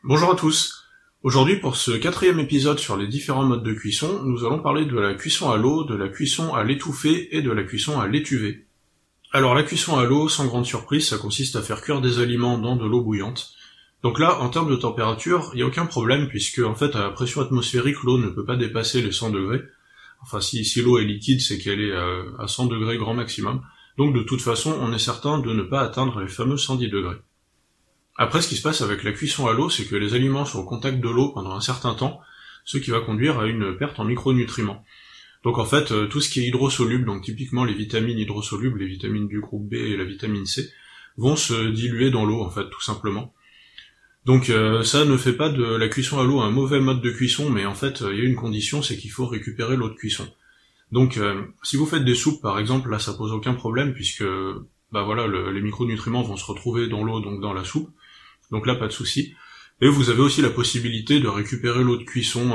Bonjour à tous. Aujourd'hui, pour ce 4e épisode sur les différents modes de cuisson, nous allons parler de la cuisson à l'eau, de la cuisson à l'étouffée et de la cuisson à l'étuvée. Alors la cuisson à l'eau, sans grande surprise, ça consiste à faire cuire des aliments dans de l'eau bouillante. Donc là, en termes de température, il n'y a aucun problème puisque en fait à la pression atmosphérique, l'eau ne peut pas dépasser les 100 degrés. Enfin si l'eau est liquide, c'est qu'elle est à 100 degrés grand maximum. Donc de toute façon, on est certain de ne pas atteindre les fameux 110 degrés. Après, ce qui se passe avec la cuisson à l'eau, c'est que les aliments sont au contact de l'eau pendant un certain temps, ce qui va conduire à une perte en micronutriments. Donc en fait, tout ce qui est hydrosoluble, donc typiquement les vitamines hydrosolubles, les vitamines du groupe B et la vitamine C, vont se diluer dans l'eau, en fait, tout simplement. Donc ça ne fait pas de la cuisson à l'eau un mauvais mode de cuisson, mais en fait, il y a une condition, c'est qu'il faut récupérer l'eau de cuisson. Donc si vous faites des soupes, par exemple, là ça pose aucun problème, puisque les micronutriments vont se retrouver dans l'eau, donc dans la soupe. Donc là, pas de souci. Et vous avez aussi la possibilité de récupérer l'eau de cuisson.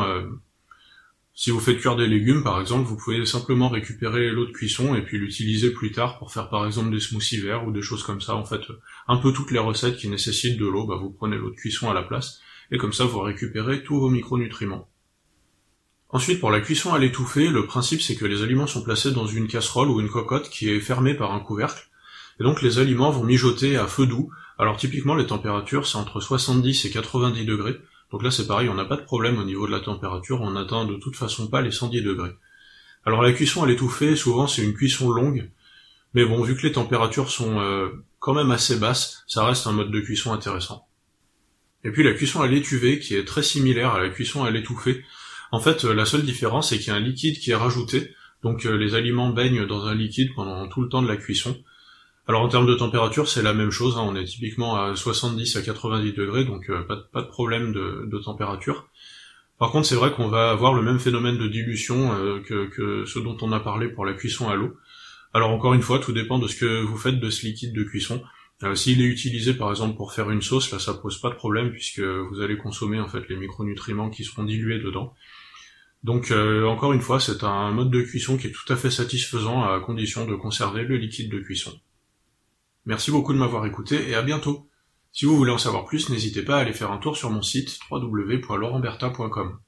Si vous faites cuire des légumes, par exemple, vous pouvez simplement récupérer l'eau de cuisson et puis l'utiliser plus tard pour faire par exemple des smoothies verts ou des choses comme ça. En fait, un peu toutes les recettes qui nécessitent de l'eau, vous prenez l'eau de cuisson à la place, et comme ça vous récupérez tous vos micronutriments. Ensuite, pour la cuisson à l'étouffée, le principe c'est que les aliments sont placés dans une casserole ou une cocotte qui est fermée par un couvercle. Et donc les aliments vont mijoter à feu doux. Alors typiquement les températures c'est entre 70 et 90 degrés. Donc là c'est pareil, on n'a pas de problème au niveau de la température, on n'atteint de toute façon pas les 110 degrés. Alors la cuisson à l'étouffée, souvent c'est une cuisson longue, mais bon, vu que les températures sont quand même assez basses, ça reste un mode de cuisson intéressant. Et puis la cuisson à l'étuvée, qui est très similaire à la cuisson à l'étouffée. En fait, la seule différence c'est qu'il y a un liquide qui est rajouté, donc les aliments baignent dans un liquide pendant tout le temps de la cuisson. Alors en termes de température, c'est la même chose, on est typiquement à 70 à 90 degrés, donc pas de problème de température. Par contre, c'est vrai qu'on va avoir le même phénomène de dilution que ce dont on a parlé pour la cuisson à l'eau. Alors encore une fois, tout dépend de ce que vous faites de ce liquide de cuisson. S'il est utilisé par exemple pour faire une sauce, là ça pose pas de problème puisque vous allez consommer en fait les micronutriments qui seront dilués dedans. Donc encore une fois, c'est un mode de cuisson qui est tout à fait satisfaisant à condition de conserver le liquide de cuisson. Merci beaucoup de m'avoir écouté et à bientôt. Si vous voulez en savoir plus, n'hésitez pas à aller faire un tour sur mon site www.laurentbertha.com.